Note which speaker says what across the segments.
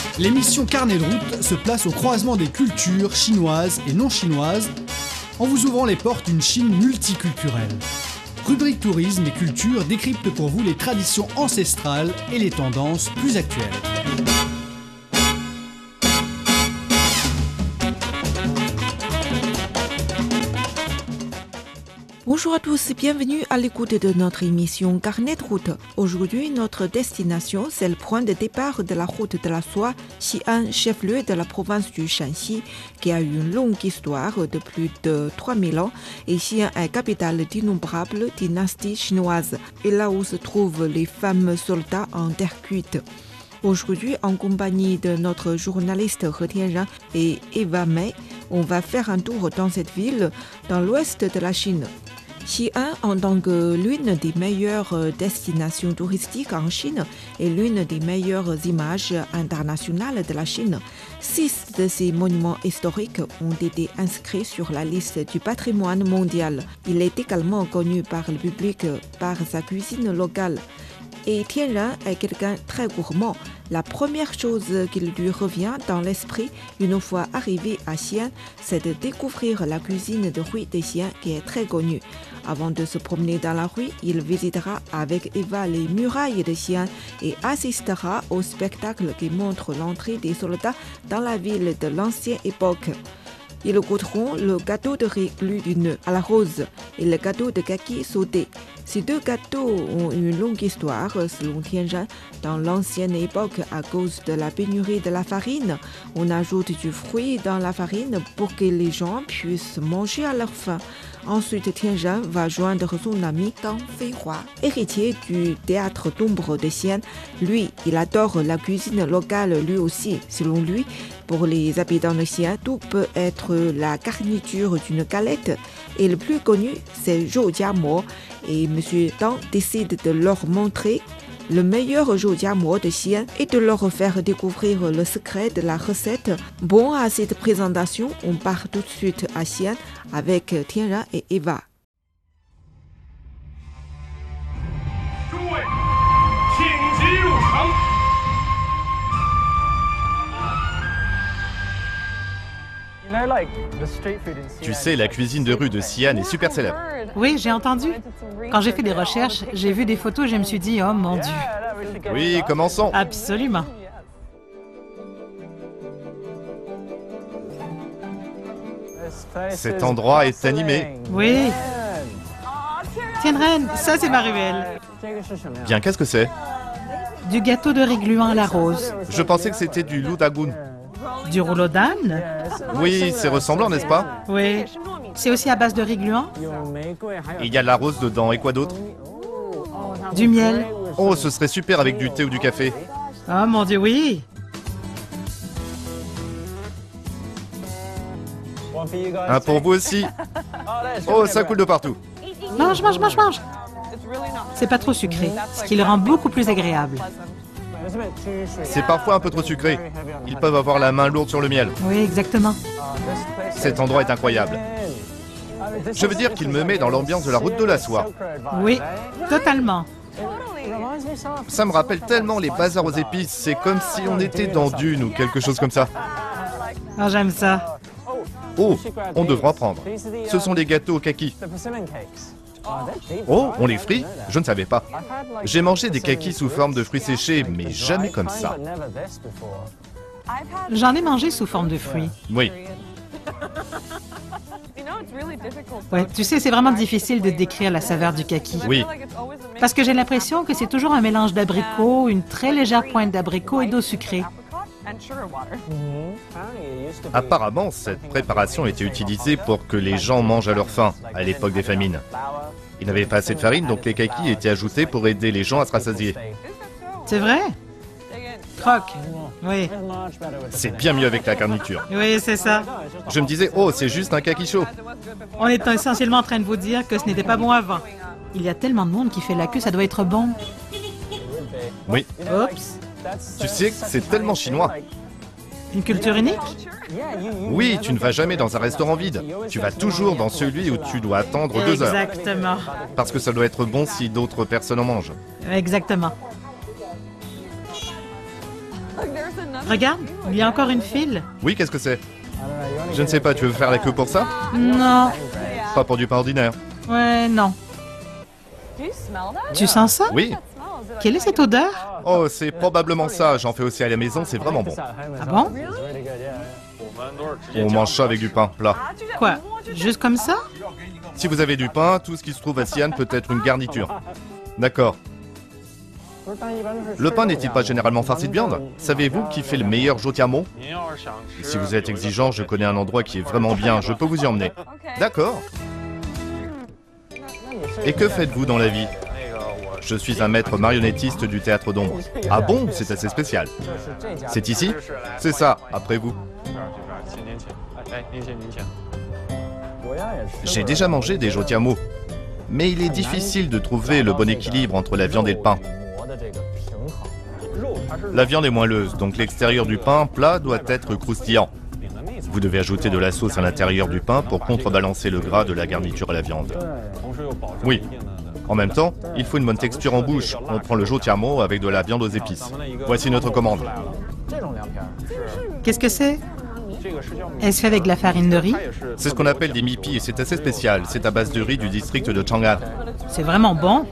Speaker 1: L'émission Carnet de route se place au croisement des cultures chinoises et non chinoises en vous ouvrant les portes d'une Chine multiculturelle. Rubrique tourisme et culture décrypte pour vous les traditions ancestrales et les tendances plus actuelles.
Speaker 2: Bonjour à tous et bienvenue à l'écoute de notre émission Carnet de route. Aujourd'hui, notre destination, c'est le point de départ de la route de la soie, Xi'an, chef-lieu de la province du Shanxi, qui a une longue histoire de plus de 3000 ans. Et Xi'an est capitale d'innombrables dynasties chinoises, et là où se trouvent les fameux soldats en terre cuite. Aujourd'hui, en compagnie de notre journaliste He Tianran et Eva Mei, on va faire un tour dans cette ville, dans l'ouest de la Chine. Xi'an, en tant que l'une des meilleures destinations touristiques en Chine et l'une des meilleures images internationales de la Chine, 6 de ces monuments historiques ont été inscrits sur la liste du patrimoine mondial. Il est également connu par le public par sa cuisine locale. Et Tianran est quelqu'un très gourmand. La première chose qui lui revient dans l'esprit une fois arrivé à Xi'an, c'est de découvrir la cuisine de rue de Xi'an qui est très connue. Avant de se promener dans la rue, il visitera avec Eva les murailles de Xi'an et assistera au spectacle qui montre l'entrée des soldats dans la ville de l'ancienne époque. Ils goûteront le gâteau de riz gluten à la rose et le gâteau de kaki sauté. Ces deux gâteaux ont une longue histoire, selon Tianran. Dans l'ancienne époque, à cause de la pénurie de la farine, on ajoute du fruit dans la farine pour que les gens puissent manger à leur faim. Ensuite, Tianran va joindre son ami Gang Feihua, héritier du théâtre d'ombre de Xi'an. Lui, il adore la cuisine locale lui aussi. Selon lui, pour les habitants de Xi'an, tout peut être la garniture d'une galette. Et le plus connu, c'est Zhou Jia Mo. Et M. Dang décide de leur montrer le meilleur Zhou Jia Mo de Xi'an et de leur faire découvrir le secret de la recette. Bon, à cette présentation, on part tout de suite à Xi'an avec Tianran et Eva.
Speaker 3: Tu sais, la cuisine de rue de Xi'an est super célèbre.
Speaker 4: Oui, j'ai entendu. Quand j'ai fait des recherches, j'ai vu des photos et je me suis dit, oh mon Dieu.
Speaker 3: Oui, commençons.
Speaker 4: Absolument.
Speaker 3: Cet endroit est animé.
Speaker 4: Oui. Tianran, ça c'est ma ruelle.
Speaker 3: Bien, qu'est-ce que c'est?
Speaker 4: Du gâteau de riz gluant à la rose.
Speaker 3: Je pensais que c'était du loup dagoun.
Speaker 4: Du rouleau d'âne.
Speaker 3: Oui, c'est ressemblant, n'est-ce pas?
Speaker 4: Oui. C'est aussi à base de riz gluant.
Speaker 3: Il y a de la rose dedans, et quoi d'autre?
Speaker 4: Du miel.
Speaker 3: Oh, ce serait super avec du thé ou du café.
Speaker 4: Oh mon Dieu, oui.
Speaker 3: Un pour vous aussi. Oh, ça coule de partout.
Speaker 4: Mange, mange, mange, mange. C'est pas trop sucré, ce qui le rend beaucoup plus agréable.
Speaker 3: C'est parfois un peu trop sucré. Ils peuvent avoir la main lourde sur le miel.
Speaker 4: Oui, exactement.
Speaker 3: Cet endroit est incroyable. Je veux dire qu'il me met dans l'ambiance de la route de la soie.
Speaker 4: Oui, totalement.
Speaker 3: Ça me rappelle tellement les bazars aux épices. C'est comme si on était dans Dune ou quelque chose comme ça.
Speaker 4: Ah, j'aime ça.
Speaker 3: Oh, on devra en prendre. Ce sont des gâteaux au kaki. Oh, on les frit? Je ne savais pas. J'ai mangé des kakis sous forme de fruits séchés, mais jamais comme ça.
Speaker 4: J'en ai mangé sous forme de fruits.
Speaker 3: Oui.
Speaker 4: Ouais, tu sais, c'est vraiment difficile de décrire la saveur du kaki.
Speaker 3: Oui.
Speaker 4: Parce que j'ai l'impression que c'est toujours un mélange d'abricots, une très légère pointe d'abricot et d'eau sucrée.
Speaker 3: Apparemment, cette préparation était utilisée pour que les gens mangent à leur faim, à l'époque des famines. Ils n'avaient pas assez de farine, donc les kakis étaient ajoutés pour aider les gens à se rassasier.
Speaker 4: C'est vrai? Croque. Oui.
Speaker 3: C'est bien mieux avec la garniture.
Speaker 4: Oui, c'est ça.
Speaker 3: Je me disais, oh, c'est juste un kaki chaud.
Speaker 4: On est essentiellement en train de vous dire que ce n'était pas bon avant. Il y a tellement de monde qui fait la queue, ça doit être bon.
Speaker 3: Oui.
Speaker 4: Oups.
Speaker 3: Tu sais, c'est tellement chinois.
Speaker 4: Une culture unique?
Speaker 3: Oui, tu ne vas jamais dans un restaurant vide. Tu vas toujours dans celui où tu dois attendre 2 heures.
Speaker 4: Exactement.
Speaker 3: Parce que ça doit être bon si d'autres personnes en mangent.
Speaker 4: Exactement. Regarde, il y a encore une file.
Speaker 3: Oui, qu'est-ce que c'est? Je ne sais pas, tu veux faire la queue pour ça?
Speaker 4: Non.
Speaker 3: Pas pour du pain ordinaire.
Speaker 4: Ouais, non. Tu sens ça?
Speaker 3: Oui.
Speaker 4: Quelle est cette odeur?
Speaker 3: Oh, c'est probablement ça, j'en fais aussi à la maison, c'est vraiment bon.
Speaker 4: Ah bon?
Speaker 3: On mange ça avec du pain plat.
Speaker 4: Quoi? Juste comme ça?
Speaker 3: Si vous avez du pain, tout ce qui se trouve à Xi'an peut être une garniture. D'accord. Le pain n'est-il pas généralement farci de viande? Savez-vous qui fait le meilleur jotiamo? Si vous êtes exigeant, je connais un endroit qui est vraiment bien, je peux vous y emmener. D'accord. Et que faites-vous dans la vie? Je suis un maître marionnettiste du théâtre d'ombre. Ah bon? C'est assez spécial. C'est ici? C'est ça, après vous. J'ai déjà mangé des jotiamo, mais il est difficile de trouver le bon équilibre entre la viande et le pain. La viande est moelleuse, donc l'extérieur du pain plat doit être croustillant. Vous devez ajouter de la sauce à l'intérieur du pain pour contrebalancer le gras de la garniture à la viande. Oui. En même temps, il faut une bonne texture en bouche. On prend le jotiamo avec de la viande aux épices. Voici notre commande.
Speaker 4: Qu'est-ce que c'est? Est-ce fait avec de la farine de riz?
Speaker 3: C'est ce qu'on appelle des mipi et c'est assez spécial. C'est à base de riz du district de Chang'an.
Speaker 4: C'est vraiment bon.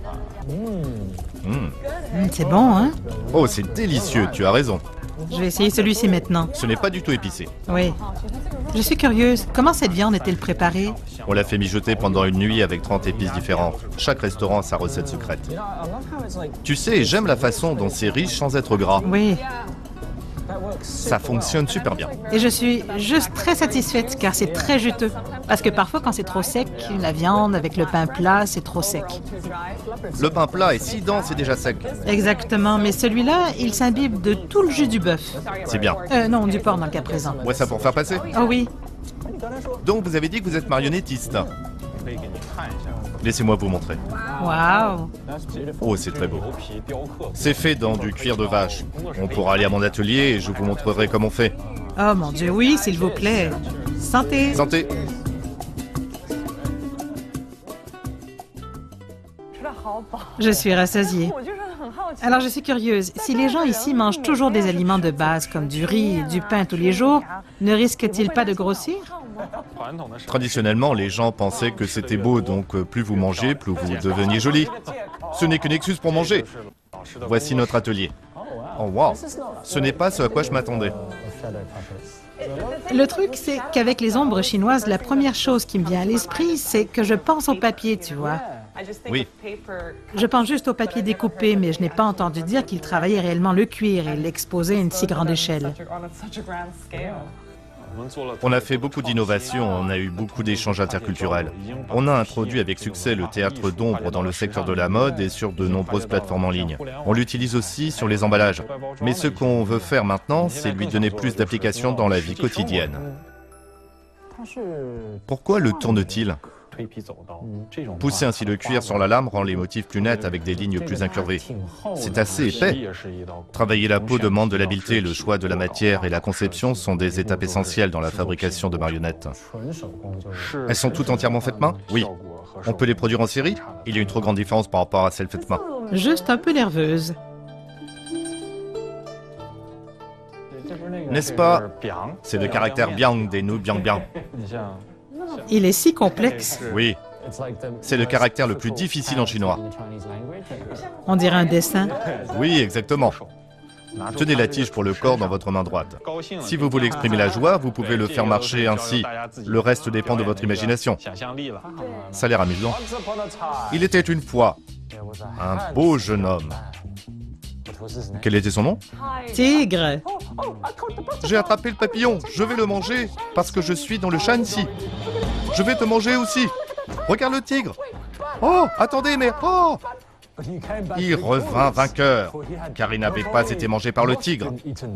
Speaker 4: C'est bon, hein?
Speaker 3: Oh, c'est délicieux, tu as raison.
Speaker 4: Je vais essayer celui-ci maintenant.
Speaker 3: Ce n'est pas du tout épicé.
Speaker 4: Oui. Je suis curieuse. Comment cette viande est-elle préparée?
Speaker 3: On l'a fait mijoter pendant une nuit avec 30 épices différentes. Chaque restaurant a sa recette secrète. Tu sais, j'aime la façon dont c'est riche sans être gras.
Speaker 4: Oui.
Speaker 3: Ça fonctionne super bien.
Speaker 4: Et je suis juste très satisfaite car c'est très juteux. Parce que parfois quand c'est trop sec, la viande avec le pain plat, c'est trop sec.
Speaker 3: Le pain plat est si dense et déjà sec.
Speaker 4: Exactement, mais celui-là, il s'imbibe de tout le jus du bœuf.
Speaker 3: C'est bien.
Speaker 4: Non, du porc dans le cas présent.
Speaker 3: Ouais, ça pour faire passer.
Speaker 4: Oh oui.
Speaker 3: Donc vous avez dit que vous êtes marionnettiste. Laissez-moi vous montrer.
Speaker 4: Waouh.
Speaker 3: Oh, c'est très beau. C'est fait dans du cuir de vache. On pourra aller à mon atelier et je vous montrerai comment on fait.
Speaker 4: Oh mon Dieu, oui, s'il vous plaît. Santé.
Speaker 3: Santé.
Speaker 4: Je suis rassasiée. Alors je suis curieuse, si les gens ici mangent toujours des aliments de base comme du riz et du pain tous les jours, ne risquent-ils pas de grossir?
Speaker 3: Traditionnellement, les gens pensaient que c'était beau, donc plus vous mangez, plus vous deveniez joli. Ce n'est qu'une excuse pour manger. Voici notre atelier. Oh wow, ce n'est pas ce à quoi je m'attendais.
Speaker 4: Le truc, c'est qu'avec les ombres chinoises, la première chose qui me vient à l'esprit, c'est que je pense au papier, tu vois.
Speaker 3: Oui.
Speaker 4: Je pense juste au papier découpé, mais je n'ai pas entendu dire qu'il travaillait réellement le cuir et l'exposait à une si grande échelle.
Speaker 3: On a fait beaucoup d'innovations, on a eu beaucoup d'échanges interculturels. On a introduit avec succès le théâtre d'ombre dans le secteur de la mode et sur de nombreuses plateformes en ligne. On l'utilise aussi sur les emballages. Mais ce qu'on veut faire maintenant, c'est lui donner plus d'applications dans la vie quotidienne. Pourquoi le tourne-t-il ? Pousser ainsi le cuir sur la lame rend les motifs plus nets avec des lignes plus incurvées. C'est assez épais. Travailler la peau demande de l'habileté, le choix de la matière et la conception sont des étapes essentielles dans la fabrication de marionnettes. Elles sont toutes entièrement faites main? Oui. On peut les produire en série? Il y a une trop grande différence par rapport à celles faites main.
Speaker 4: Juste un peu nerveuse.
Speaker 3: N'est-ce pas? C'est le caractère biang des nous biang biang.
Speaker 4: Il est si complexe.
Speaker 3: Oui. C'est le caractère le plus difficile en chinois.
Speaker 4: On dirait un dessin.
Speaker 3: Oui, exactement. Tenez la tige pour le corps dans votre main droite. Si vous voulez exprimer la joie, vous pouvez le faire marcher ainsi. Le reste dépend de votre imagination. Ça a l'air amusant. Il était une fois un beau jeune homme. Quel était son nom?
Speaker 4: Tigre.
Speaker 3: J'ai attrapé le papillon, je vais le manger parce que je suis dans le Shanxi. Je vais te manger aussi. Regarde le tigre. Oh, attendez, mais oh! Il revint vainqueur, car il n'avait pas été mangé par le tigre.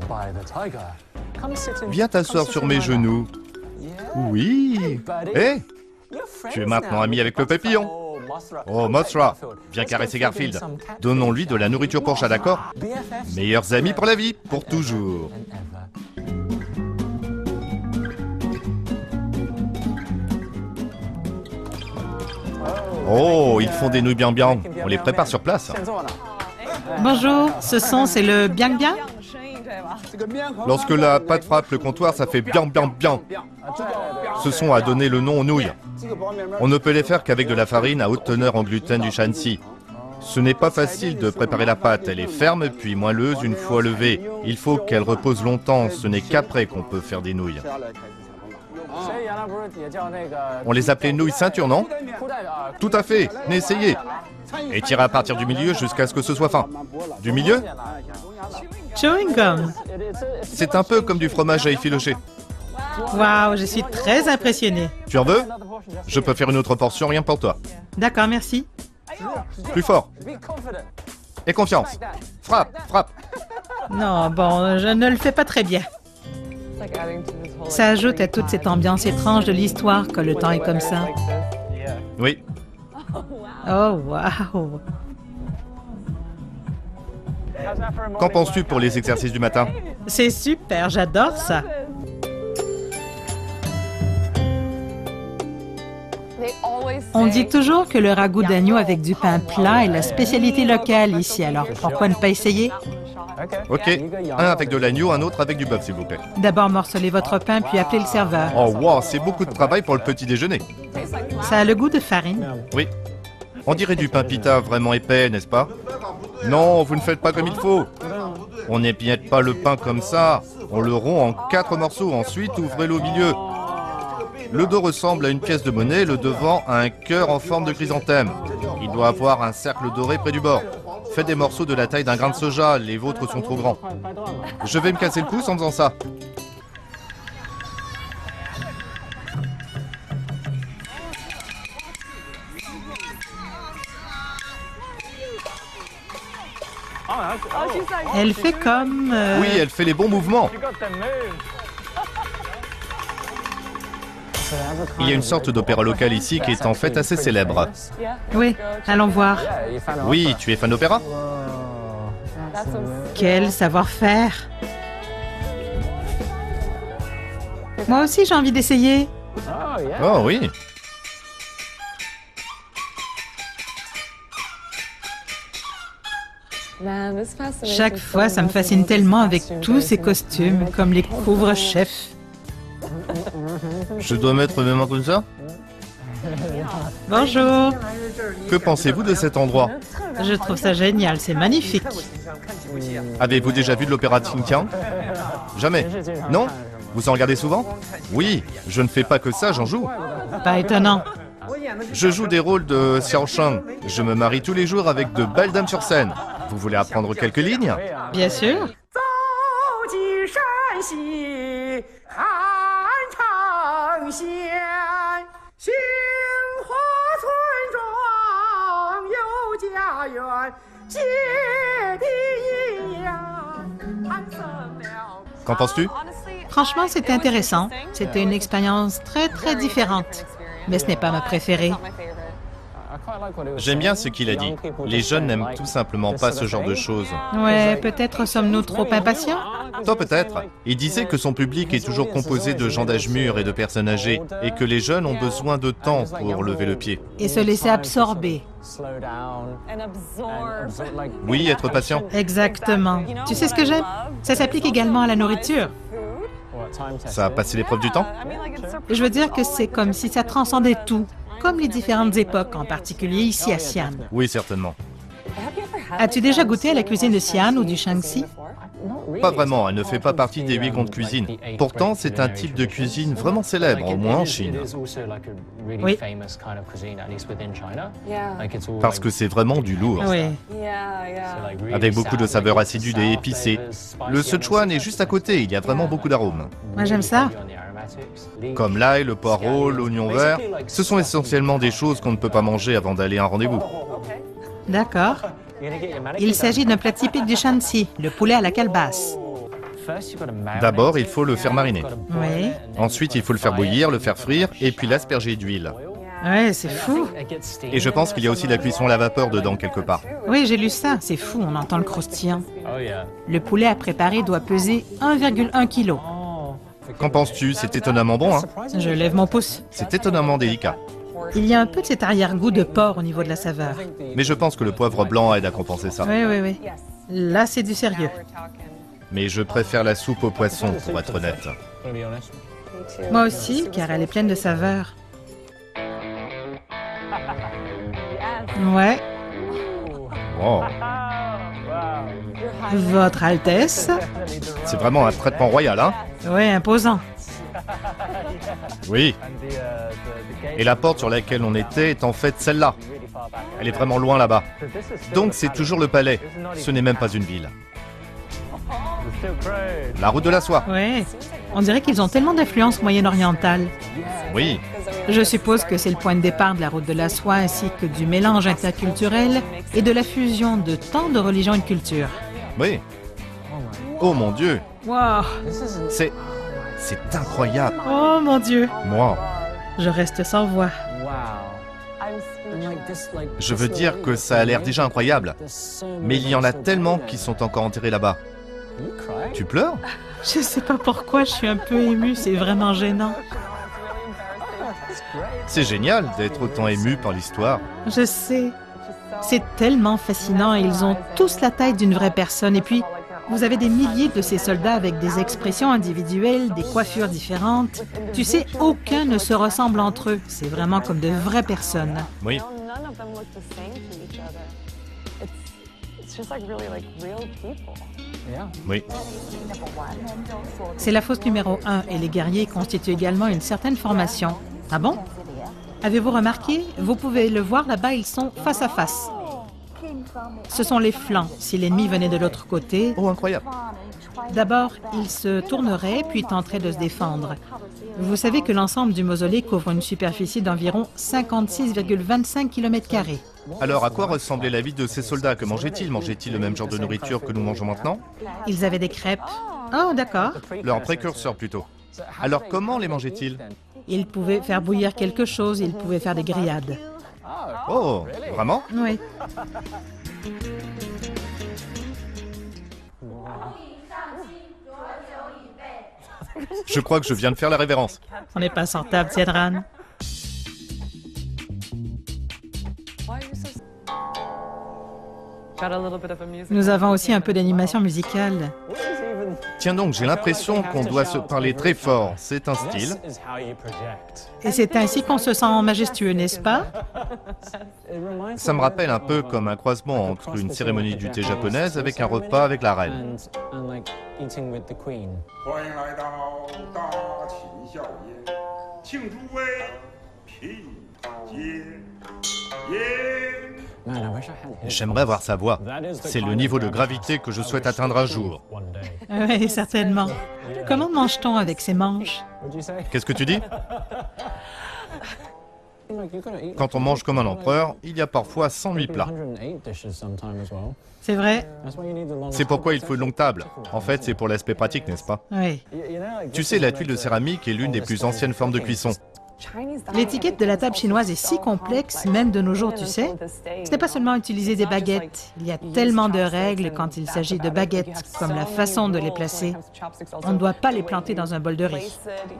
Speaker 3: Viens t'asseoir sur mes genoux. Oui. Hé, tu es maintenant ami avec le papillon. Oh, Mothra, viens caresser Garfield. Donnons-lui de la nourriture pour chat, d'accord? Meilleurs amis pour la vie, pour toujours. Oh, ils font des nouilles bien bien. On les prépare sur place.
Speaker 4: Bonjour, ce son, c'est le biang biang?
Speaker 3: Lorsque la pâte frappe le comptoir, ça fait bien, bien, bien. Ce son a donné le nom aux nouilles. On ne peut les faire qu'avec de la farine à haute teneur en gluten du Shanxi. Ce n'est pas facile de préparer la pâte, elle est ferme puis moelleuse une fois levée. Il faut qu'elle repose longtemps, ce n'est qu'après qu'on peut faire des nouilles. On les appelait nouilles ceinture, non? Tout à fait, essayez. Et tirez à partir du milieu jusqu'à ce que ce soit fin. Du milieu?
Speaker 4: Chewing gum.
Speaker 3: C'est un peu comme du fromage à effilocher.
Speaker 4: Waouh, je suis très impressionnée.
Speaker 3: Tu en veux? Je peux faire une autre portion rien pour toi.
Speaker 4: D'accord, merci.
Speaker 3: Plus fort. Et confiance. Frappe, frappe.
Speaker 4: Non, bon, je ne le fais pas très bien. Ça ajoute à toute cette ambiance étrange de l'histoire que le temps est comme ça.
Speaker 3: Oui.
Speaker 4: Oh, waouh.
Speaker 3: Qu'en penses-tu pour les exercices du matin?
Speaker 4: C'est super, j'adore ça. On dit toujours que le ragoût d'agneau avec du pain plat est la spécialité locale ici, alors pourquoi ne pas essayer?
Speaker 3: Ok, un avec de l'agneau, un autre avec du bœuf, s'il vous plaît.
Speaker 4: D'abord morcelez votre pain, puis appelez le serveur.
Speaker 3: Oh wow, c'est beaucoup de travail pour le petit déjeuner.
Speaker 4: Ça a le goût de farine.
Speaker 3: Oui. On dirait du pain pita vraiment épais, n'est-ce pas? Non, vous ne faites pas comme il faut. On n'émiette pas le pain comme ça. On le rompt en 4 morceaux, ensuite ouvrez-le au milieu. Le dos ressemble à une pièce de monnaie, le devant à un cœur en forme de chrysanthème. Il doit avoir un cercle doré près du bord. Faites des morceaux de la taille d'un grain de soja, les vôtres sont trop grands. Je vais me casser le pouce en faisant ça.
Speaker 4: Elle fait comme...
Speaker 3: Oui, elle fait les bons mouvements. Il y a une sorte d'opéra local ici qui est en fait assez célèbre.
Speaker 4: Oui, allons voir.
Speaker 3: Oui, tu es fan d'opéra?
Speaker 4: Quel savoir-faire! Moi aussi, j'ai envie d'essayer.
Speaker 3: Oh oui.
Speaker 4: Chaque fois, ça me fascine tellement avec tous ces costumes, comme les couvre-chefs.
Speaker 3: Je dois mettre mes mains comme ça?
Speaker 4: Bonjour!
Speaker 3: Que pensez-vous de cet endroit?
Speaker 4: Je trouve ça génial, c'est magnifique.
Speaker 3: Avez-vous déjà vu de l'opéra Tintian? Jamais. Non? Vous en regardez souvent? Oui, je ne fais pas que ça, j'en joue.
Speaker 4: Pas étonnant.
Speaker 3: Je joue des rôles de Xiao Sheng. Je me marie tous les jours avec de belles dames sur scène. Vous voulez apprendre quelques lignes?
Speaker 4: Bien sûr.
Speaker 3: Qu'en penses-tu?
Speaker 4: Franchement, c'était intéressant. C'était une expérience très, très différente. Mais ce n'est pas ma préférée.
Speaker 3: J'aime bien ce qu'il a dit. Les jeunes n'aiment tout simplement pas ce genre de choses.
Speaker 4: Ouais, peut-être sommes-nous trop impatients?
Speaker 3: Toi peut-être. Il disait que son public est toujours composé de gens d'âge mûr et de personnes âgées, et que les jeunes ont besoin de temps pour lever le pied.
Speaker 4: Et se laisser absorber.
Speaker 3: Oui, être patient.
Speaker 4: Exactement. Tu sais ce que j'aime? Ça s'applique également à la nourriture.
Speaker 3: Ça a passé l'épreuve du temps?
Speaker 4: Je veux dire que c'est comme si ça transcendait tout, comme les différentes époques, en particulier ici à Xi'an.
Speaker 3: Oui, certainement.
Speaker 4: As-tu déjà goûté à la cuisine de Xi'an ou du Shaanxi?
Speaker 3: Pas vraiment, elle ne fait pas partie des 8 grandes cuisines. Pourtant, c'est un type de cuisine vraiment célèbre, au moins en Chine.
Speaker 4: Oui.
Speaker 3: Parce que c'est vraiment du lourd.
Speaker 4: Oui.
Speaker 3: Avec beaucoup de saveurs acidues et épicées. Le Sichuan est juste à côté, il y a vraiment beaucoup d'arômes.
Speaker 4: Moi, j'aime ça.
Speaker 3: Comme l'ail, le poireau, l'oignon vert, ce sont essentiellement des choses qu'on ne peut pas manger avant d'aller à un rendez-vous.
Speaker 4: D'accord. Il s'agit d'un plat typique du Shaanxi, le poulet à la calebasse.
Speaker 3: D'abord, il faut le faire mariner.
Speaker 4: Oui.
Speaker 3: Ensuite, il faut le faire bouillir, le faire frire et puis l'asperger d'huile.
Speaker 4: Ouais, c'est fou.
Speaker 3: Et je pense qu'il y a aussi la cuisson à la vapeur dedans quelque part.
Speaker 4: Oui, j'ai lu ça. C'est fou, on entend le croustillant. Le poulet à préparer doit peser 1,1 kg.
Speaker 3: Qu'en penses-tu? C'est étonnamment bon, hein?
Speaker 4: Je lève mon pouce.
Speaker 3: C'est étonnamment délicat.
Speaker 4: Il y a un peu de cet arrière-goût de porc au niveau de la saveur.
Speaker 3: Mais je pense que le poivre blanc aide à compenser ça.
Speaker 4: Oui, oui, oui. Là, c'est du sérieux.
Speaker 3: Mais je préfère la soupe aux poissons, pour être honnête.
Speaker 4: Moi aussi, car elle est pleine de saveurs. Ouais.
Speaker 3: Oh,
Speaker 4: Votre Altesse?
Speaker 3: c'est vraiment un traitement royal, hein?
Speaker 4: Oui, imposant.
Speaker 3: Oui. Et la porte sur laquelle on était est en fait celle-là. Elle est vraiment loin là-bas. Donc c'est toujours le palais. Ce n'est même pas une ville. La route de la soie.
Speaker 4: Oui. On dirait qu'ils ont tellement d'influence moyen-orientale.
Speaker 3: Oui.
Speaker 4: Je suppose que c'est le point de départ de la route de la soie ainsi que du mélange interculturel et de la fusion de tant de religions et de cultures.
Speaker 3: Oui. Oh mon Dieu.
Speaker 4: Wow.
Speaker 3: C'est incroyable.
Speaker 4: Oh mon Dieu.
Speaker 3: Moi,
Speaker 4: Je reste sans voix.
Speaker 3: je veux dire que ça a l'air déjà incroyable. Mais il y en a tellement qui sont encore enterrés là-bas. Tu pleures?
Speaker 4: Je sais pas pourquoi, je suis un peu émue, c'est vraiment gênant.
Speaker 3: C'est génial d'être autant ému par l'histoire.
Speaker 4: Je sais. C'est tellement fascinant et ils ont tous la taille d'une vraie personne. Et puis, vous avez des milliers de ces soldats avec des expressions individuelles, des coiffures différentes. Tu sais, aucun ne se ressemble entre eux. C'est vraiment comme de vraies personnes.
Speaker 3: Oui. Oui.
Speaker 4: C'est la fosse numéro 1 et les guerriers constituent également une certaine formation. Ah bon? Avez-vous remarqué? Vous pouvez le voir là-bas, ils sont face à face. Ce sont les flancs. Si l'ennemi venait de l'autre côté,
Speaker 3: Oh, incroyable.
Speaker 4: d'abord, ils se tourneraient puis tenteraient de se défendre. Vous savez que l'ensemble du mausolée couvre une superficie d'environ 56,25 km².
Speaker 3: Alors, à quoi ressemblait la vie de ces soldats? Que mangeaient-ils? Mangeaient-ils le même genre de nourriture que nous mangeons maintenant?
Speaker 4: Ils avaient des crêpes. Oh, d'accord.
Speaker 3: Leur précurseur plutôt. Alors, comment les mangeaient-ils?
Speaker 4: Ils pouvaient faire bouillir quelque chose, ils pouvaient faire des grillades.
Speaker 3: Oh, vraiment?
Speaker 4: Oui.
Speaker 3: Je crois que je viens de faire la révérence.
Speaker 4: On n'est pas sur table, Tiedran. Nous avons aussi un peu d'animation musicale.
Speaker 3: Tiens donc, j'ai l'impression qu'on doit se parler très fort. C'est un style.
Speaker 4: Et c'est ainsi qu'on se sent majestueux, n'est-ce pas?
Speaker 3: Ça me rappelle un peu comme un croisement entre une cérémonie du thé japonaise avec un repas avec la reine. J'aimerais avoir sa voix. C'est le niveau de gravité que je souhaite atteindre un jour.
Speaker 4: Oui, certainement. Comment mange-t-on avec ses manches?
Speaker 3: Qu'est-ce que tu dis? Quand on mange comme un empereur, il y a parfois 108 plats.
Speaker 4: C'est vrai?
Speaker 3: C'est pourquoi il faut une longue table. En fait, c'est pour l'aspect pratique, n'est-ce pas?
Speaker 4: Oui.
Speaker 3: Tu sais, la tuile de céramique est l'une des plus anciennes formes de cuisson.
Speaker 4: L'étiquette de la table chinoise est si complexe, même de nos jours, tu sais. Ce n'est pas seulement utiliser des baguettes. Il y a tellement de règles quand il s'agit de baguettes, comme la façon de les placer. On ne doit pas les planter dans un bol de riz.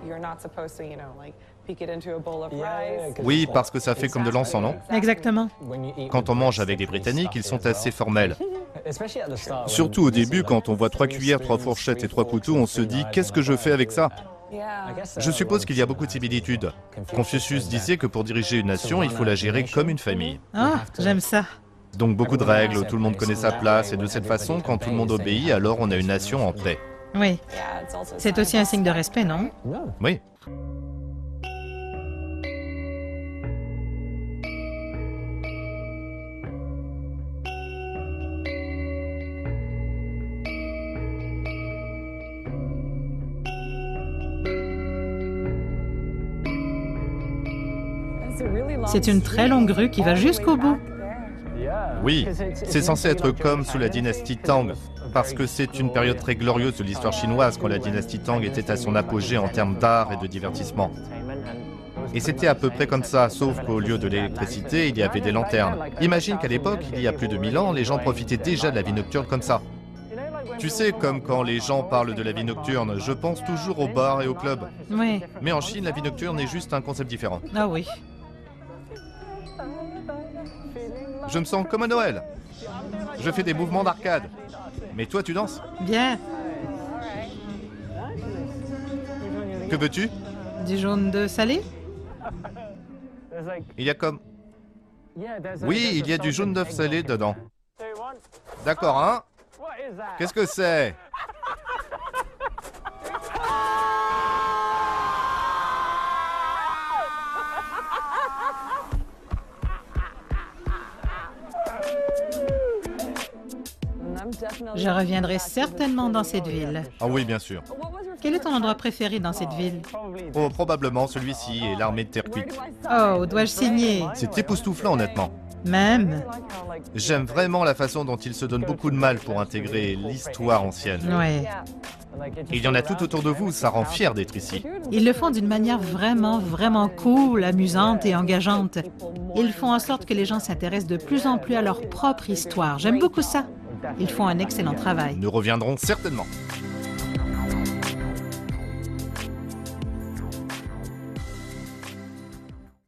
Speaker 3: Oui, parce que ça fait comme de l'encens, non?
Speaker 4: Exactement.
Speaker 3: Quand on mange avec les Britanniques, ils sont assez formels. Surtout au début, quand on voit 3 cuillères, 3 fourchettes et 3 couteaux, on se dit « qu'est-ce que je fais avec ça ?» Je suppose qu'il y a beaucoup de similitudes. Confucius disait que pour diriger une nation, il faut la gérer comme une famille.
Speaker 4: Ah, j'aime ça.
Speaker 3: Donc beaucoup de règles, tout le monde connaît sa place, et de cette façon, quand tout le monde obéit, alors on a une nation en paix.
Speaker 4: Oui. C'est aussi un signe de respect, non?
Speaker 3: Oui.
Speaker 4: C'est une très longue rue qui va jusqu'au bout.
Speaker 3: Oui, c'est censé être comme sous la dynastie Tang, parce que c'est une période très glorieuse de l'histoire chinoise quand la dynastie Tang était à son apogée en termes d'art et de divertissement. Et c'était à peu près comme ça, sauf qu'au lieu de l'électricité, il y avait des lanternes. Imagine qu'à l'époque, il y a plus de 1000 ans, les gens profitaient déjà de la vie nocturne comme ça. Tu sais, comme quand les gens parlent de la vie nocturne, je pense toujours aux bars et aux clubs.
Speaker 4: Oui.
Speaker 3: Mais en Chine, la vie nocturne est juste un concept différent.
Speaker 4: Ah oui.
Speaker 3: Je me sens comme à Noël. Je fais des mouvements d'arcade. Mais toi, tu danses?
Speaker 4: Bien.
Speaker 3: Que veux-tu?
Speaker 4: Du jaune d'œuf salé?
Speaker 3: Il y a comme... Oui, il y a du jaune d'œuf salé dedans. D'accord, hein? Qu'est-ce que c'est?
Speaker 4: Je reviendrai certainement dans cette ville.
Speaker 3: Ah oui, bien sûr.
Speaker 4: Quel est ton endroit préféré dans cette ville?
Speaker 3: Oh, probablement celui-ci et l'armée de terre cuite.
Speaker 4: Oh, dois-je signer?
Speaker 3: C'est époustouflant, honnêtement.
Speaker 4: Même?
Speaker 3: J'aime vraiment la façon dont il se donne beaucoup de mal pour intégrer l'histoire ancienne.
Speaker 4: Ouais.
Speaker 3: Il y en a tout autour de vous, ça rend fier d'être ici.
Speaker 4: Ils le font d'une manière vraiment cool, amusante et engageante. Ils font en sorte que les gens s'intéressent de plus en plus à leur propre histoire. J'aime beaucoup ça. Ils font un excellent travail.
Speaker 3: Nous reviendrons certainement.